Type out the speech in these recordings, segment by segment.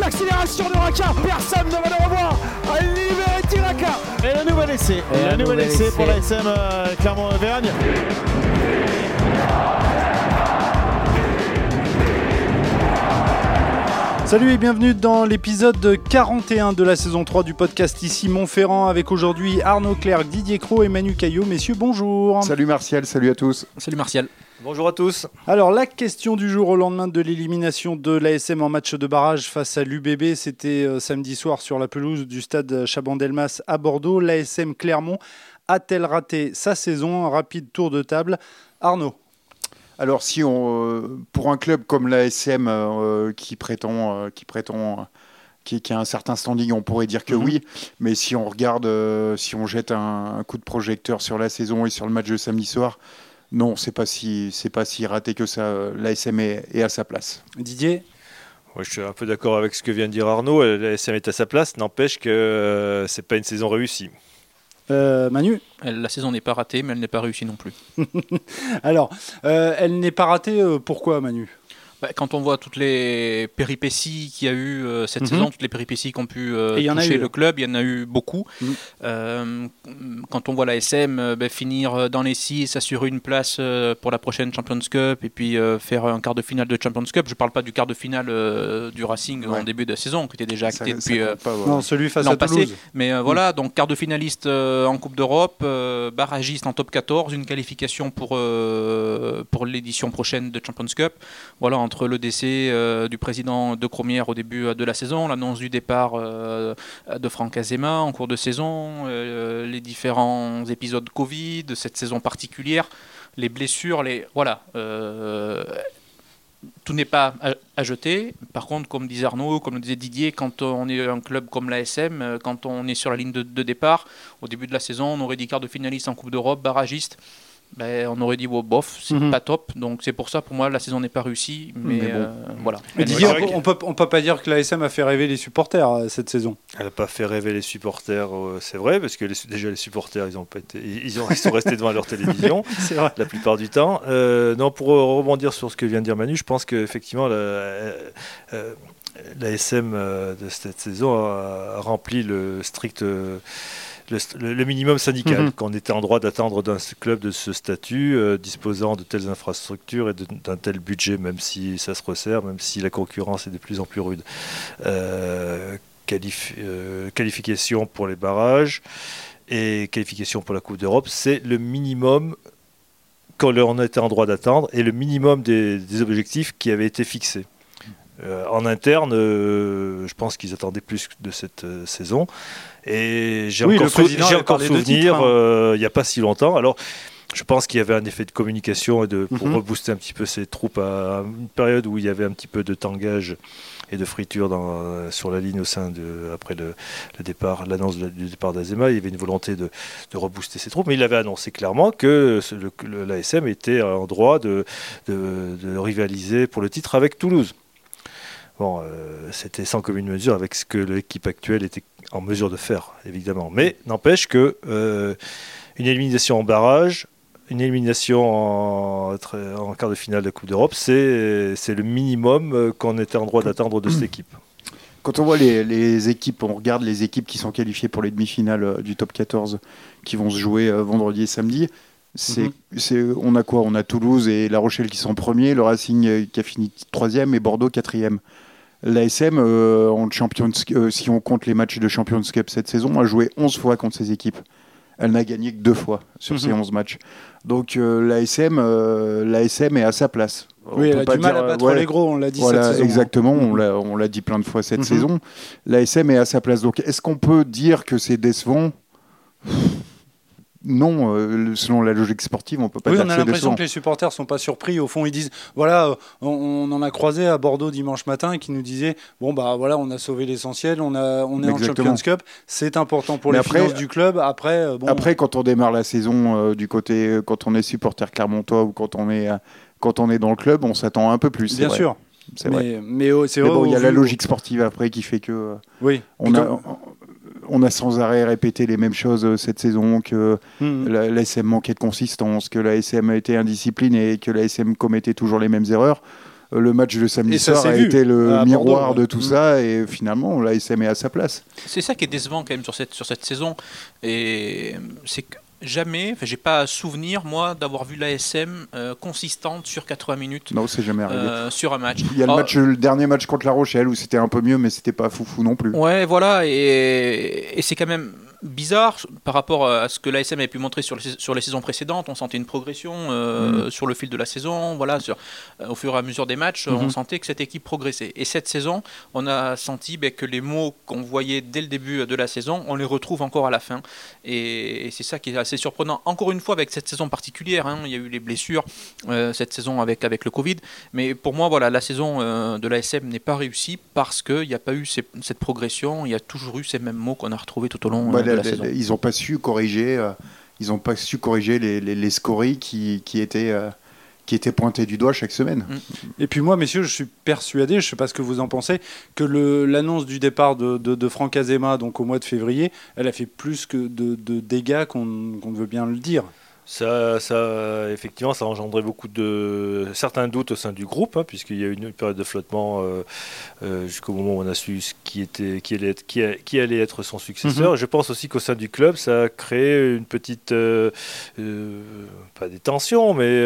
l'accélération de Raka. Personne ne va le revoir. Liberty Raka. Et le nouvel essai. Le nouvel essai pour l'ASM Clermont-Auvergne. Salut et bienvenue dans l'épisode 41 de la saison 3 du podcast Ici Montferrand, avec aujourd'hui Arnaud Clerc, Didier Cros et Manu Caillot. Messieurs, bonjour. Salut Martial, salut à tous. Salut Martial. Bonjour à tous. Alors, la question du jour au lendemain de l'élimination de l'ASM en match de barrage face à l'UBB, c'était samedi soir sur la pelouse du stade Chabandelmas à Bordeaux. L'ASM Clermont a-t-elle raté sa saison? Un rapide tour de table. Arnaud. Alors, si pour un club comme l'ASM qui a un certain standing, on pourrait dire que oui. Mais si on regarde, si on jette un coup de projecteur sur la saison et sur le match de samedi soir, non, c'est pas si raté que ça. L'ASM est à sa place. Didier? Ouais, je suis un peu d'accord avec ce que vient de dire Arnaud. L'ASM est à sa place, n'empêche que c'est pas une saison réussie. Manu? La saison n'est pas ratée, mais elle n'est pas réussie non plus. Alors, elle n'est pas ratée, pourquoi, Manu? Quand on voit toutes les péripéties qu'il y a eu cette saison, toutes les péripéties qui ont pu toucher le club, il y en a eu beaucoup. Quand on voit l'ASM finir dans les 6, assurer une place pour la prochaine Champions Cup et puis faire un quart de finale de Champions Cup, je ne parle pas du quart de finale du Racing en début de saison, qui était déjà acté depuis non, celui face à Toulouse. Mais voilà, donc quart de finaliste en Coupe d'Europe, barragiste en top 14, une qualification pour l'édition prochaine de Champions Cup. Voilà, entre le décès du président de Cromière au début de la saison, l'annonce du départ de Franck Azema en cours de saison, les différents épisodes Covid, cette saison particulière, les blessures, tout n'est pas à jeter. Par contre, comme disait Arnaud, comme le disait Didier, quand on est un club comme l'ASM, quand on est sur la ligne de départ, au début de la saison, on aurait dit quart de finaliste en Coupe d'Europe, barragiste. On aurait dit bof, c'est pas top. Donc c'est pour ça, pour moi, la saison n'est pas réussie. Mais bon. Voilà. Mais Didier, on peut pas dire que l'ASM a fait rêver les supporters cette saison. Elle n'a pas fait rêver les supporters, c'est vrai, parce que déjà les supporters, ils sont restés devant leur télévision la plupart du temps. Non, pour rebondir sur ce que vient de dire Manu, je pense qu'effectivement l'ASM de cette saison a rempli le strict... Le minimum syndical qu'on était en droit d'attendre d'un club de ce statut, disposant de telles infrastructures et d'un tel budget, même si ça se resserre, même si la concurrence est de plus en plus rude. Qualification pour les barrages et qualification pour la Coupe d'Europe, c'est le minimum qu'on était en droit d'attendre et le minimum des objectifs qui avaient été fixés. En interne, je pense qu'ils attendaient plus de cette saison. Et j'ai encore souvenir, il n'y a pas si longtemps. Alors, je pense qu'il y avait un effet de communication pour rebooster un petit peu ces troupes à une période où il y avait un petit peu de tangage et de friture sur la ligne après l'annonce du départ d'Azema. Il y avait une volonté de rebooster ces troupes, mais il avait annoncé clairement que l'ASM était en droit de rivaliser pour le titre avec Toulouse. Bon, c'était sans commune mesure avec ce que l'équipe actuelle était en mesure de faire, évidemment. Mais n'empêche que une élimination en barrage, une élimination en quart de finale de la Coupe d'Europe, c'est le minimum qu'on était en droit d'attendre de cette équipe. Quand on voit les équipes, on regarde les équipes qui sont qualifiées pour les demi-finales du top 14 qui vont se jouer vendredi et samedi. On a quoi? On a Toulouse et La Rochelle qui sont premiers, le Racing qui a fini 3e et Bordeaux 4e. L'ASM, si on compte les matchs de Champions Cup cette saison, a joué 11 fois contre ces équipes. Elle n'a gagné que 2 fois sur ces 11 matchs. Donc l'ASM est à sa place. Oui, elle a du mal à battre les gros, on l'a dit cette saison. Exactement, on l'a dit plein de fois cette saison. L'ASM est à sa place. Donc est-ce qu'on peut dire que c'est décevant ? Non, selon la logique sportive, on peut pas dire que c'est décevant. On a l'impression que les supporters sont pas surpris. Au fond, ils disent voilà, on en a croisé à Bordeaux dimanche matin qui nous disait bon bah voilà, on a sauvé l'essentiel, on est en Champions Cup, c'est important pour les finances du club. Après, quand on démarre la saison du côté, quand on est supporter clermontois ou quand on est dans le club, on s'attend un peu plus. Bien sûr. C'est vrai. Mais c'est vrai. Bon, il y a la logique sportive après qui fait que on a sans arrêt répété les mêmes choses cette saison, que l'ASM manquait de consistance, que l'ASM était indisciplinée et que l'ASM commettait toujours les mêmes erreurs. le match de samedi Et ça soir s'est a vu été le à miroir Bordeaux, de tout ça, et finalement l'ASM est à sa place. C'est ça qui est décevant quand même sur cette saison. Et c'est que jamais, j'ai pas souvenir moi d'avoir vu l'ASM consistante sur 80 minutes. Non, c'est jamais arrivé. Sur un match. Il y a le dernier match contre La Rochelle où c'était un peu mieux, mais c'était pas foufou non plus. Ouais, voilà, et c'est quand même bizarre par rapport à ce que l'ASM avait pu montrer sur les saisons précédentes. On sentait une progression sur le fil de la saison, voilà, au fur et à mesure des matchs, on sentait que cette équipe progressait. Et cette saison, on a senti que les mots qu'on voyait dès le début de la saison, on les retrouve encore à la fin. Et c'est ça qui est assez surprenant. Encore une fois, avec cette saison particulière, il y a eu les blessures cette saison avec le Covid. Mais pour moi, voilà, la saison de l'ASM n'est pas réussie parce qu'il n'y a pas eu cette progression. Il y a toujours eu ces mêmes mots qu'on a retrouvés tout au long de la saison. Ils n'ont pas su corriger. Ils n'ont pas su corriger les scories qui étaient pointés du doigt chaque semaine. Et puis moi, messieurs, je suis persuadé, je ne sais pas ce que vous en pensez, que l'annonce du départ de Franck Azema, donc au mois de février, elle a fait plus que de dégâts qu'on ne veut bien le dire. Ça, effectivement, ça a engendré beaucoup de certains doutes au sein du groupe, puisqu'il y a eu une période de flottement jusqu'au moment où on a su qui allait être son successeur. Je pense aussi qu'au sein du club, ça a créé une petite, pas des tensions, mais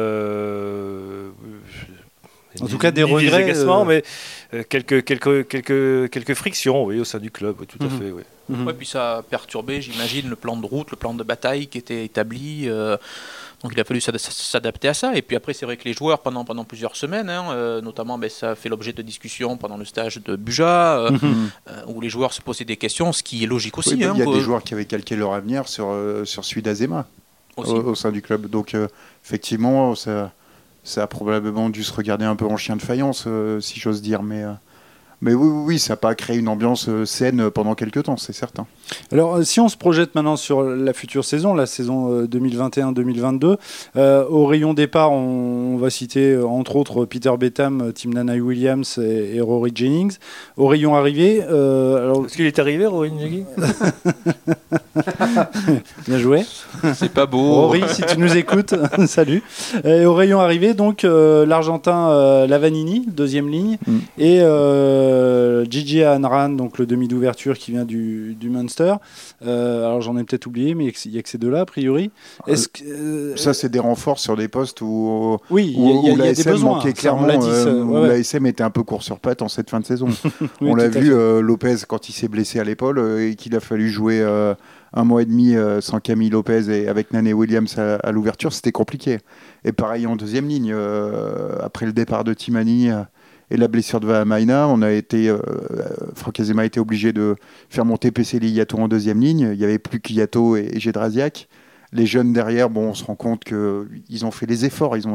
en tout cas des regrets, des agacements, mais quelques frictions, oui, au sein du club, oui, tout à fait, oui. Ouais, puis ça a perturbé, j'imagine, le plan de route, le plan de bataille qui était établi. Donc il a fallu s'adapter à ça. Et puis après, c'est vrai que les joueurs, pendant plusieurs semaines, notamment, ça a fait l'objet de discussions pendant le stage de Buja, où les joueurs se posaient des questions, ce qui est logique aussi. Il y a des joueurs qui avaient calqué leur avenir sur celui d'Azema au sein du club. Donc effectivement, ça a probablement dû se regarder un peu en chien de faïence, si j'ose dire. Mais oui, ça n'a pas créé une ambiance saine pendant quelques temps, c'est certain. Alors, si on se projette maintenant sur la future saison, la saison 2021-2022, au rayon départ, on va citer entre autres Peter Betham, Tim Nanai-Williams et Rory Jennings. Au rayon arrivée... Est-ce qu'il est arrivé, Rory Jennings? Bien joué. C'est pas beau. Rory, si tu nous écoutes, salut. Et au rayon arrivé, donc, l'Argentin Lavanini, deuxième ligne, et... Gigi Hanran, donc le demi d'ouverture qui vient du Munster. Alors j'en ai peut-être oublié, mais il n'y a que ces deux-là a priori. Ça, c'est des renforts sur des postes où l'ASM manquait clairement. Où l'ASM était un peu court sur pattes en cette fin de saison. On l'a vu, Lopez, quand il s'est blessé à l'épaule et qu'il a fallu jouer un mois et demi sans Camille Lopez et avec Nane Williams à l'ouverture, c'était compliqué. Et pareil en deuxième ligne, après le départ de Timani et la blessure de Vahamaina, Franck Azema a été obligé de faire monter PCL Yato en deuxième ligne. Il n'y avait plus qu'Yato et Gédrasiak. Les jeunes derrière, on se rend compte qu'ils ont fait les efforts. Ils ont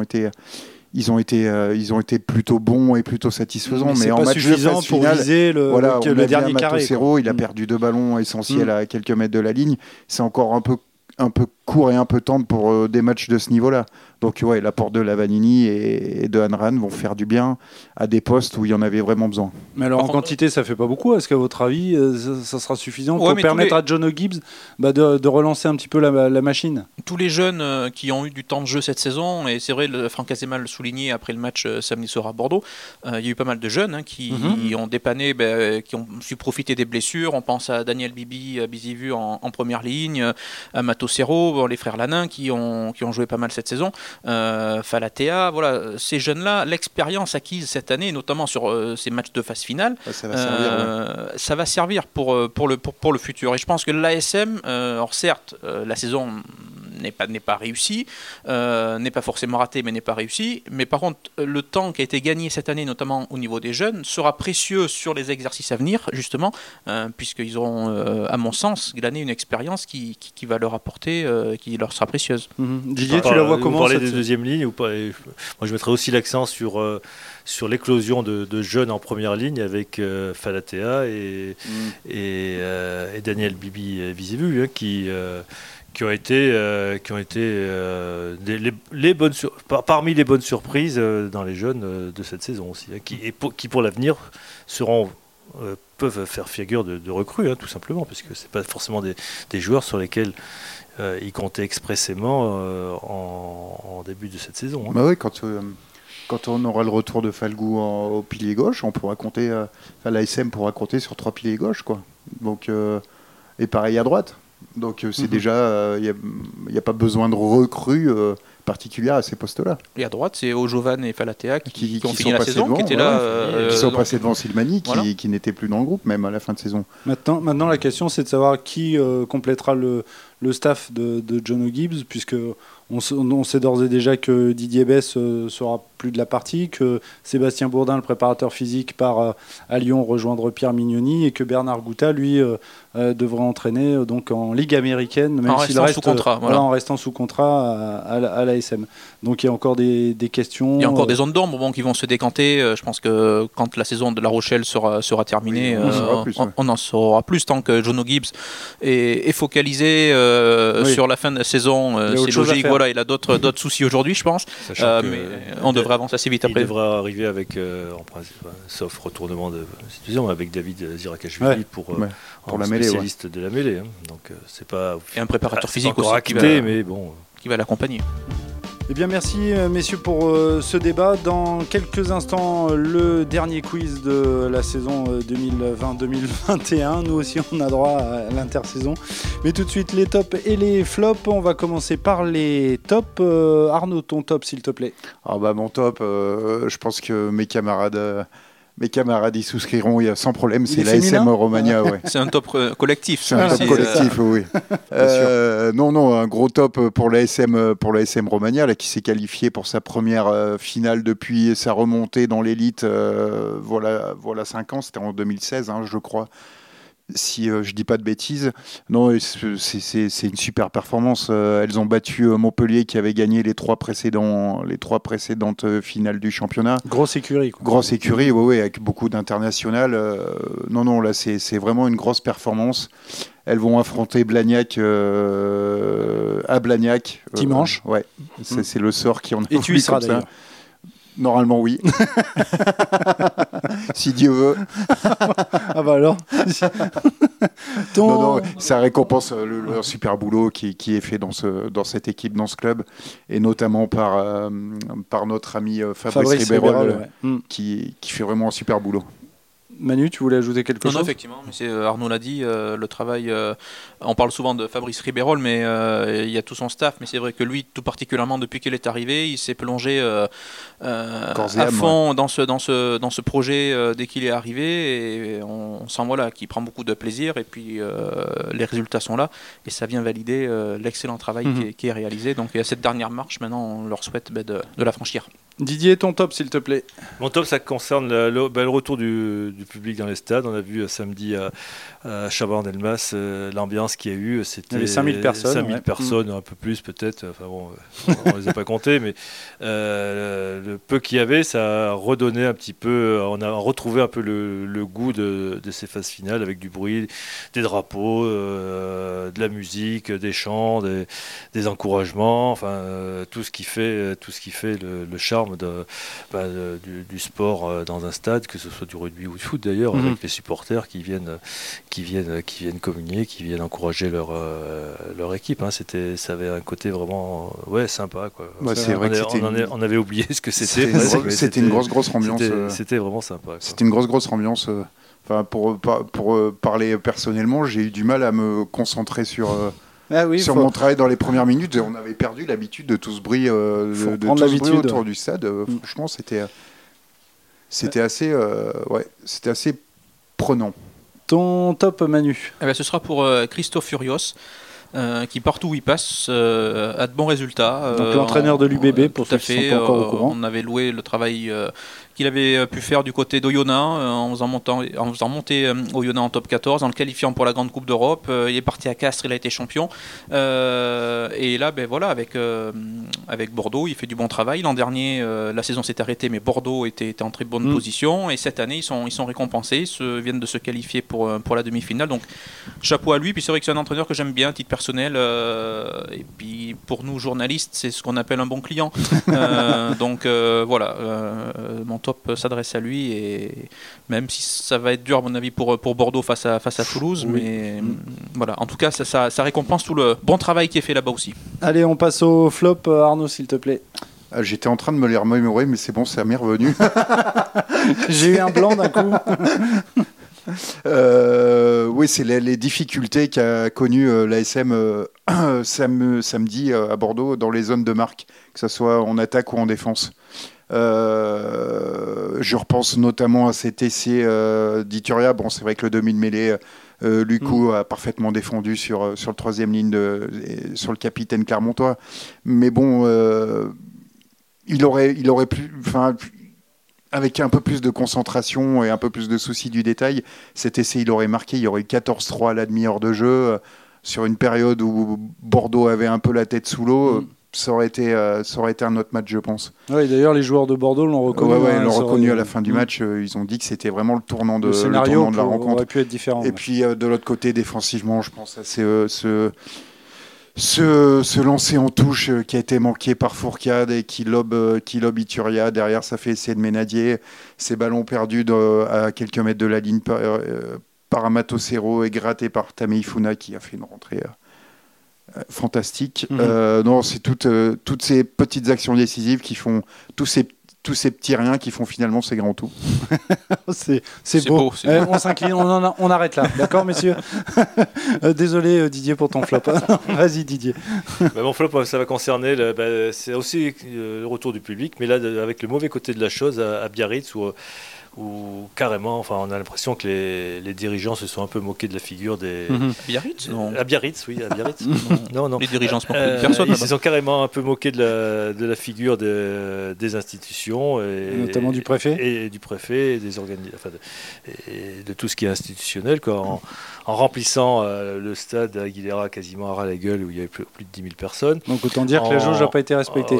été plutôt bons et plutôt sasatisfaisants. Mais en match suffisant de phase finale, pour viser le dernier carré. Il a perdu 2 ballons essentiels à quelques mètres de la ligne. C'est encore un peu court et un peu tendre pour des matchs de ce niveau-là. Donc l'apport de Lavanini et de Hanran vont faire du bien à des postes où il y en avait vraiment besoin. Mais alors en quantité, ça fait pas beaucoup. Est-ce qu'à votre avis, ça sera suffisant pour permettre à John O'Gibbs de relancer un petit peu la machine? Tous les jeunes qui ont eu du temps de jeu cette saison, et c'est vrai, Franck Azema le soulignait après le match samedi soir à Bordeaux, il y a eu pas mal de jeunes qui ont dépanné, qui ont su profiter des blessures. On pense à Daniel Bizivu en première ligne, à Mato Serro, les frères Lanin qui ont joué pas mal cette saison. Falatea, voilà, ces jeunes-là, l'expérience acquise cette année, notamment sur ces matchs de phase finale, ça va servir pour le futur. Et je pense que l'ASM, alors certes, la saison n'est pas réussie, n'est pas forcément ratée, mais n'est pas réussie. Mais par contre, le temps qui a été gagné cette année, notamment au niveau des jeunes, sera précieux sur les exercices à venir, justement, puisqu'ils auront, à mon sens, glané une expérience qui va leur apporter, qui leur sera précieuse. Didier, tu la vois comment? Vous parlez des deuxièmes lignes ou pas? Moi, je mettrais aussi l'accent sur l'éclosion de jeunes en première ligne avec Falatea et Daniel Bizivu, qui ont été parmi les bonnes surprises dans les jeunes de cette saison aussi, qui pour l'avenir peuvent faire figure de recrues, tout simplement, parce que c'est pas forcément des joueurs sur lesquels ils comptaient expressément en début de cette saison. Bah oui, quand on aura le retour de Falgou au pilier gauche, on pourra compter, l'ASM pourra compter sur 3 piliers gauche, quoi. Donc, et pareil à droite. Donc c'est déjà, il n'y a pas besoin de recrues particulières à ces postes-là. Et à droite, c'est Ojovan et Falatea qui ont fini sont la saison, devant, qui étaient voilà. là. Qui sont passés devant Silmani, voilà. qui n'était plus dans le groupe, même à la fin de saison. Maintenant la question, c'est de savoir qui complétera le staff de Jono Gibbs, puisque on sait d'ores et déjà que Didier Besse sera plus de la partie, que Sébastien Bourdin, le préparateur physique, part à Lyon rejoindre Pierre Mignoni, et que Bernard Gouta, lui, devrait entraîner donc en Ligue américaine, même s'il reste sous contrat, en restant sous contrat à l'ASM. Donc il y a encore des questions. Il y a encore des zones d'ombre qui vont se décanter. Je pense que quand la saison de La Rochelle sera terminée, on en saura plus tant que Jono Gibbs est focalisé sur la fin de la saison. C'est logique. Voilà, il a d'autres soucis aujourd'hui, je pense. Mais on devrait avancer assez vite après. Il devrait arriver avec, en principe, sauf retournement de situation, avec David Zirakashvili pour la mêlée, spécialiste de la mêlée. Donc c'est pas. Et un préparateur physique aussi qui va l'accompagner. Eh bien merci messieurs pour ce débat. Dans quelques instants, le dernier quiz de la saison 2020-2021. Nous aussi on a droit à l'intersaison. Mais tout de suite les tops et les flops. On va commencer par les tops. Arnaud, ton top s'il te plaît. Mon top, je pense que mes camarades y souscriront sans problème, c'est l'ASM Romagna. Ouais. C'est un top collectif. C'est un top collectif, oui. Non, un gros top pour l'ASM Romagna, là, qui s'est qualifié pour sa première finale depuis sa remontée dans l'élite. Voilà 5 ans, c'était en 2016, je crois. Si je dis pas de bêtises. Non, c'est une super performance. Elles ont battu Montpellier qui avait gagné les trois précédentes finales du championnat. Grosse écurie. Grosse écurie, oui, avec beaucoup d'internationales. Non, là c'est vraiment une grosse performance. Elles vont affronter Blagnac à Blagnac. Dimanche. Ouais, c'est le sort qui en a. Et tu y seras d'ailleurs. Normalement, oui. Si Dieu veut. Ah bah alors. Non, ça récompense le super boulot qui est fait dans cette équipe, dans ce club, et notamment par notre ami Fabrice Ribeyrol, qui fait vraiment un super boulot. Manu, tu voulais ajouter quelque chose ? Non, effectivement, mais Arnaud l'a dit, le travail, on parle souvent de Fabrice Ribeyrol, mais il y a tout son staff, mais c'est vrai que lui, tout particulièrement depuis qu'il est arrivé, il s'est plongé à fond dans ce projet dès qu'il est arrivé, et on sent qu'il prend beaucoup de plaisir, et puis les résultats sont là, et ça vient valider l'excellent travail qui est réalisé. Donc il y a cette dernière marche, maintenant on leur souhaite de la franchir. Didier, ton top s'il te plaît. Mon top, ça concerne le retour du public dans les stades. On a vu samedi à Chabandelmas l'ambiance qu'il y a eu. C'était 5000 personnes. 5000 personnes, un peu plus peut-être. Enfin bon, on ne les a pas comptés, mais le peu qu'il y avait, ça a redonné un petit peu. On a retrouvé un peu le goût de ces phases finales avec du bruit, des drapeaux, de la musique, des chants, des encouragements. Enfin, tout ce qui fait le charme du sport dans un stade, que ce soit du rugby ou du foot d'ailleurs, avec les supporters qui viennent communier, qui viennent encourager leur équipe. Ça avait un côté vraiment sympa, quoi. C'est vrai on avait oublié ce que c'était. C'était une grosse ambiance. C'était vraiment sympa, quoi. C'était une grosse ambiance. Pour parler personnellement, j'ai eu du mal à me concentrer sur mon travail dans les premières minutes. On avait perdu l'habitude de tout ce bruit, autour du stade. Franchement, c'était assez prenant. Ton top, Manu? Ce sera pour Christophe Furios, qui partout où il passe a de bons résultats. Donc l'entraîneur de l'UBB, pour ceux qui sont pas encore au courant. On avait loué le travail qu'il avait pu faire du côté d'Oyonnax en faisant monter Oyonnax en top 14, en le qualifiant pour la Grande Coupe d'Europe. Il est parti à Castres, il a été champion. Et là, avec Bordeaux, il fait du bon travail. L'an dernier, la saison s'est arrêtée, mais Bordeaux était en très bonne position. Et cette année, ils sont récompensés. Ils viennent de se qualifier pour la demi-finale. Donc, chapeau à lui. Puis c'est vrai que c'est un entraîneur que j'aime bien, à titre personnel. Et puis, pour nous, journalistes, c'est ce qu'on appelle un bon client. Donc, voilà. Mon top s'adresse à lui, et même si ça va être dur à mon avis pour Bordeaux face à Toulouse, mais voilà, en tout cas ça récompense tout le bon travail qui est fait là-bas aussi. Allez, on passe au flop. Arnaud, s'il te plaît. J'étais en train de me les remémorer, mais c'est bon, ça m'est revenu. J'ai eu un blanc d'un coup. Oui, c'est les difficultés qu'a connues l'ASM samedi à Bordeaux dans les zones de marque, que ce soit en attaque ou en défense. Je repense notamment à cet essai d'Ituria. Bon, c'est vrai que le demi-mêlée, Lucou a parfaitement défendu sur le troisième ligne sur le capitaine clermontois. Mais bon, il aurait pu... Avec un peu plus de concentration et un peu plus de souci du détail, cet essai, il aurait marqué. Il y aurait eu 14-3 à la demi-heure de jeu. Sur une période où Bordeaux avait un peu la tête sous l'eau, ça aurait été un autre match, je pense. Oui, d'ailleurs, les joueurs de Bordeaux l'ont reconnu. Ils l'ont reconnu à la fin du match. Ils ont dit que c'était vraiment le tournant de la rencontre. Aurait pu être différent. Et puis, de l'autre côté, défensivement, je pense à ce lancer en touche qui a été manqué par Fourcade et qui lobe Ituria. Derrière, ça fait essai de Ménadier. Ces ballons perdus à quelques mètres de la ligne par Amato Serro et gratté par Tamei Funa qui a fait une rentrée fantastique. Non, c'est toutes ces petites actions décisives qui font tous ces petits riens qui font finalement ces grands tout. c'est beau. On s'incline, on arrête là. D'accord, messieurs. Désolé Didier pour ton flop. Vas-y Didier. Mon flop, ça va concerner, c'est aussi le retour du public, mais là avec le mauvais côté de la chose à Biarritz où carrément, enfin, on a l'impression que les dirigeants se sont un peu moqués de la figure des... Biarritz À Biarritz, oui, à Biarritz. non. Les dirigeants se moquent de personne. Ils se sont carrément un peu moqués de la figure des institutions. Et notamment du préfet. Et du préfet, et des et de tout ce qui est institutionnel, quoi, en remplissant le stade Aguilera quasiment à ras la gueule où il y avait plus de 10 000 personnes. Donc autant dire que la jauge n'a pas été respectée.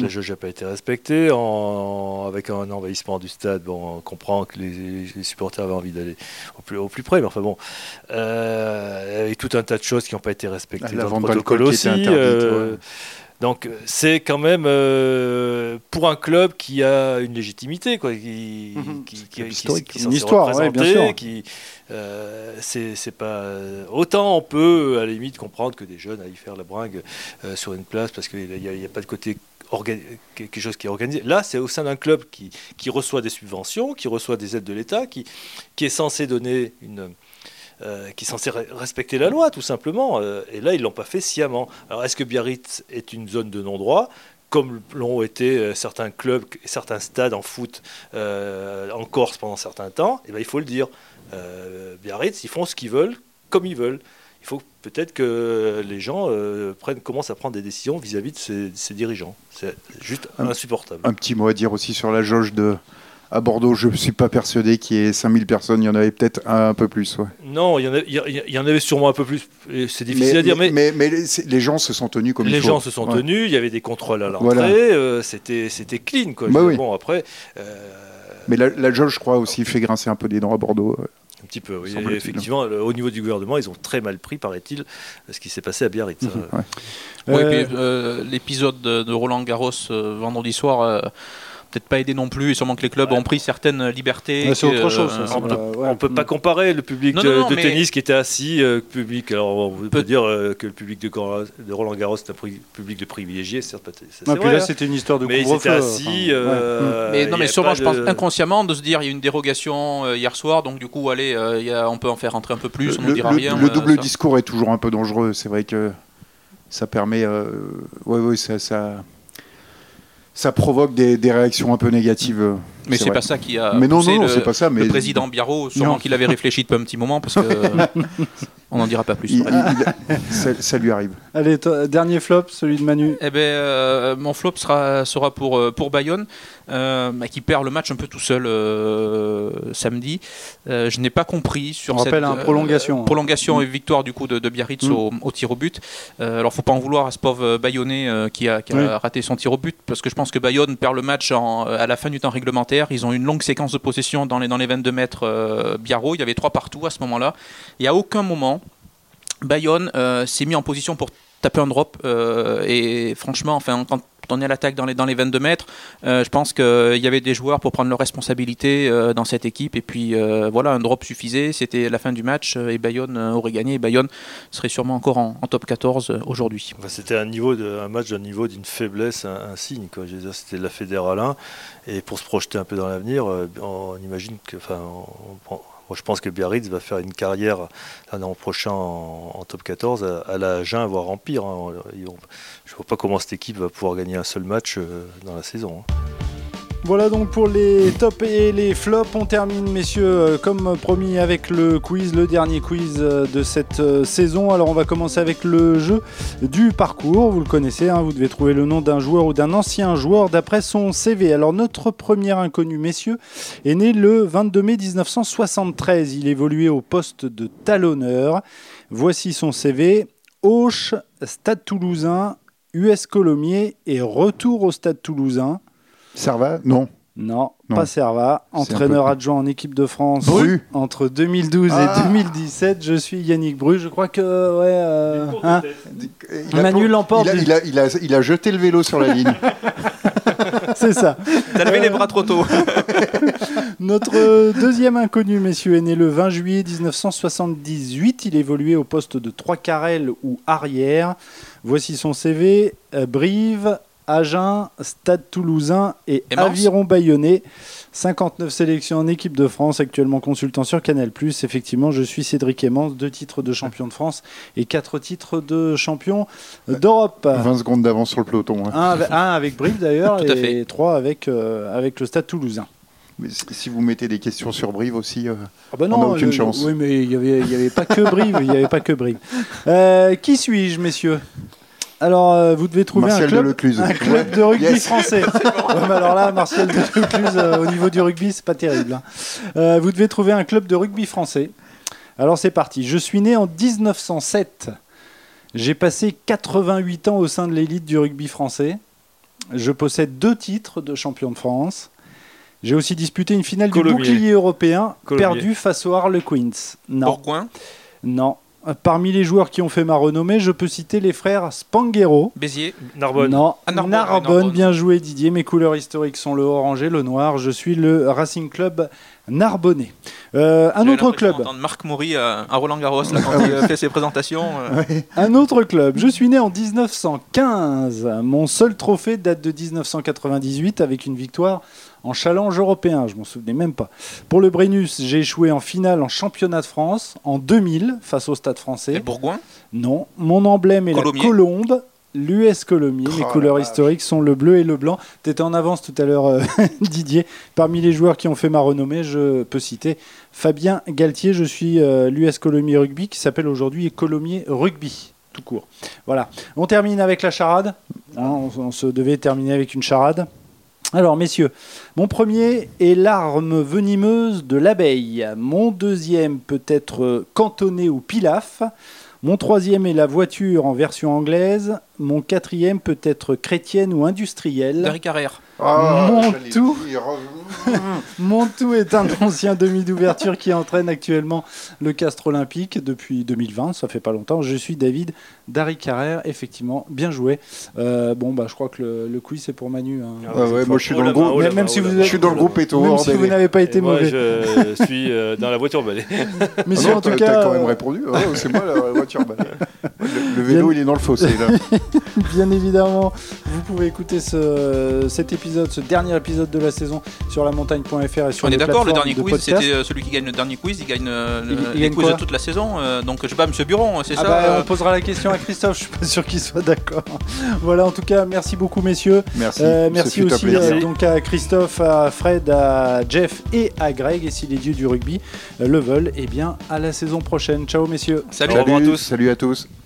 Avec un envahissement du stade, on comprend que les supporters avaient envie d'aller au plus près, mais enfin bon, avec tout un tas de choses qui n'ont pas été respectées la dans vente le protocole aussi. Donc c'est quand même pour un club qui a une légitimité, quoi, qui est une histoire, bien sûr. C'est pas autant on peut à la limite comprendre que des jeunes aillent faire la bringue sur une place parce qu'il n'y a pas de côté quelque chose qui est organisé. Là, c'est au sein d'un club qui reçoit des subventions, qui reçoit des aides de l'État, qui est censé donner qui est censé respecter la loi, tout simplement. Et là, ils ne l'ont pas fait sciemment. Alors, est-ce que Biarritz est une zone de non-droit, comme l'ont été certains clubs, certains stades en foot en Corse pendant certains temps? Il faut le dire. Biarritz, ils font ce qu'ils veulent, comme ils veulent. Il faut peut-être que les gens commencent à prendre des décisions vis-à-vis de ces dirigeants. C'est juste insupportable. Un petit mot à dire aussi sur la jauge à Bordeaux. Je ne suis pas persuadé qu'il y ait 5000 personnes. Il y en avait peut-être un peu plus. Ouais. Non, il y en avait sûrement un peu plus. C'est difficile à dire. Mais les gens se sont tenus comme il faut. Les gens se sont tenus. Il y avait des contrôles à l'entrée. Voilà. C'était clean, quoi. Bon, après... Mais la jauge, je crois, aussi fait grincer un peu des dents à Bordeaux. Un petit peu, oui. Et effectivement, au niveau du gouvernement, ils ont très mal pris, paraît-il, ce qui s'est passé à Biarritz. Oui, et puis l'épisode de Roland Garros vendredi soir... peut-être pas aidé non plus, et sûrement que les clubs ont pris certaines libertés. C'est autre chose. On peut pas comparer le public de tennis qui était assis, public. Alors on peut dire que le public de Roland Garros est un public de privilégiés, certes. Puis là, c'était une histoire de couvre-feu. Mais ils étaient assis. Mais sûrement, je pense inconsciemment de se dire, il y a une dérogation hier soir, donc du coup, allez, on peut en faire rentrer un peu plus, on ne dira rien. Le double discours est toujours un peu dangereux. C'est vrai que ça permet. Ça provoque des réactions un peu négatives. Mais c'est pas ça qui a poussé c'est pas ça, le président Biarrot, sûrement qu'il avait réfléchi depuis un petit moment, parce que on n'en dira pas plus. Ça lui arrive. Allez, dernier flop, celui de Manu. Mon flop sera pour Bayonne, qui perd le match un peu tout seul samedi. Je n'ai pas compris sur cette prolongation et victoire du coup de Biarritz au tir au but. Alors faut pas en vouloir à ce pauvre Bayonnais qui a raté son tir au but, parce que je pense que Bayonne perd le match à la fin du temps réglementaire. Ils ont une longue séquence de possession dans les 22 mètres Biarro. Il y avait 3 partout à ce moment-là. Et à aucun moment, Bayonne s'est mis en position pour taper un drop. Et franchement, on est à l'attaque dans les 22 mètres. Je pense qu'il y avait des joueurs pour prendre leurs responsabilités dans cette équipe. Et puis voilà, un drop suffisait. C'était la fin du match et Bayonne aurait gagné. Et Bayonne serait sûrement encore en top 14 aujourd'hui. Enfin, c'était un match d'un niveau d'une faiblesse insigne, quoi. Je veux dire, c'était de la Fédérale 1. Et pour se projeter un peu dans l'avenir, on imagine que... Moi, je pense que Biarritz va faire une carrière l'an prochain en top 14 à la Agen, voire en pire. Hein. Je ne vois pas comment cette équipe va pouvoir gagner un seul match dans la saison. Hein. Voilà donc pour les tops et les flops. On termine, messieurs, comme promis, avec le quiz, le dernier quiz de cette saison. Alors on va commencer avec le jeu du parcours. Vous le connaissez, hein, vous devez trouver le nom d'un joueur ou d'un ancien joueur d'après son CV. Alors notre premier inconnu, messieurs, est né le 22 mai 1973. Il évoluait au poste de talonneur. Voici son CV. Auch, Stade Toulousain, US Colomiers et retour au Stade Toulousain. Servat ? Non. Non, pas Servat. Entraîneur adjoint en équipe de France entre 2012 et 2017. Je suis Yannick Bru. Je crois que Manu l'emporte. Il a jeté le vélo sur la ligne. C'est ça. T'as levé les bras trop tôt. Notre deuxième inconnu, messieurs, est né le 20 juillet 1978. Il évoluait au poste de 3 carrel ou arrière. Voici son CV. Brive, Agen, Stade Toulousain et Aviron Bayonnais. 59 sélections en équipe de France, actuellement consultant sur Canal+. Effectivement, je suis Cédric Emmans, 2 titres de champion de France et 4 titres de champion d'Europe. 20 secondes d'avance sur le peloton. Hein. Un avec Brive d'ailleurs et 3 avec le Stade Toulousain. Mais si vous mettez des questions sur Brive aussi, non, on n'a aucune chance. Oui, mais il n'y avait pas que Brive. Il n'y avait pas que Brive. Qui suis-je, messieurs ? Alors, vous devez trouver un club de rugby français. Mais alors là, Martial de Lecluse, au niveau du rugby, c'est pas terrible. Hein. Vous devez trouver un club de rugby français. Alors, c'est parti. Je suis né en 1907. J'ai passé 88 ans au sein de l'élite du rugby français. Je possède 2 titres de champion de France. J'ai aussi disputé une finale du bouclier européen, perdue face aux Harlequins. Non. Bourgoin ? Non. Parmi les joueurs qui ont fait ma renommée, je peux citer les frères Spanghero. Béziers. Narbonne. Non, Narbonne, bien joué Didier. Mes couleurs historiques sont le orange et le noir. Je suis le Racing Club narbonnais. Un autre club. Marc Maury à Roland-Garros là, quand il fait ses présentations. Un autre club. Je suis né en 1915. Mon seul trophée date de 1998 avec une victoire en challenge européen, je m'en souvenais même pas. Pour le Brennus, j'ai échoué en finale en championnat de France en 2000 face au Stade français. Et Bourgoin ? Non, mon emblème est la colombe, l'US Colomiers. Mes couleurs historiques sont le bleu et le blanc. Tu étais en avance tout à l'heure, Didier. Parmi les joueurs qui ont fait ma renommée, je peux citer Fabien Galtier. Je suis l'US Colomiers Rugby qui s'appelle aujourd'hui Colomiers Rugby. Tout court. Voilà. On termine avec la charade. On se devait terminer avec une charade. Alors, messieurs, mon premier est l'arme venimeuse de l'abeille. Mon deuxième peut être cantonné ou pilaf. Mon troisième est la voiture en version anglaise. Mon quatrième peut être chrétienne ou industrielle. Derrick Carrère. Mon tout est un ancien demi d'ouverture qui entraîne actuellement le Castres Olympique depuis 2020, ça fait pas longtemps. Je suis David Derrick Carrère, effectivement, bien joué. Je crois que le quiz c'est pour Manu. Hein. Moi je suis dans le groupe. Même si je suis dans le groupe Eto. Même si vous n'avez pas été mauvais. Moi je suis dans la voiture balai. Mais si en tout cas, t'as quand même répondu. C'est moi la voiture balai. Le vélo il est dans le fossé là. Bien évidemment, vous pouvez écouter cet épisode, ce dernier épisode de la saison sur lamontagne.fr et sur on est d'accord, le dernier quiz, c'était celui qui gagne le dernier quiz, il gagne les quiz de toute la saison. Donc je sais pas, Monsieur Buron, c'est ça On posera la question à Christophe, je suis pas sûr qu'il soit d'accord. Voilà, en tout cas, merci beaucoup messieurs. Merci aussi donc à Christophe, à Fred, à Jeff et à Greg. Et si les dieux du rugby le veulent, eh bien à la saison prochaine. Ciao messieurs. Salut à tous. Salut à tous.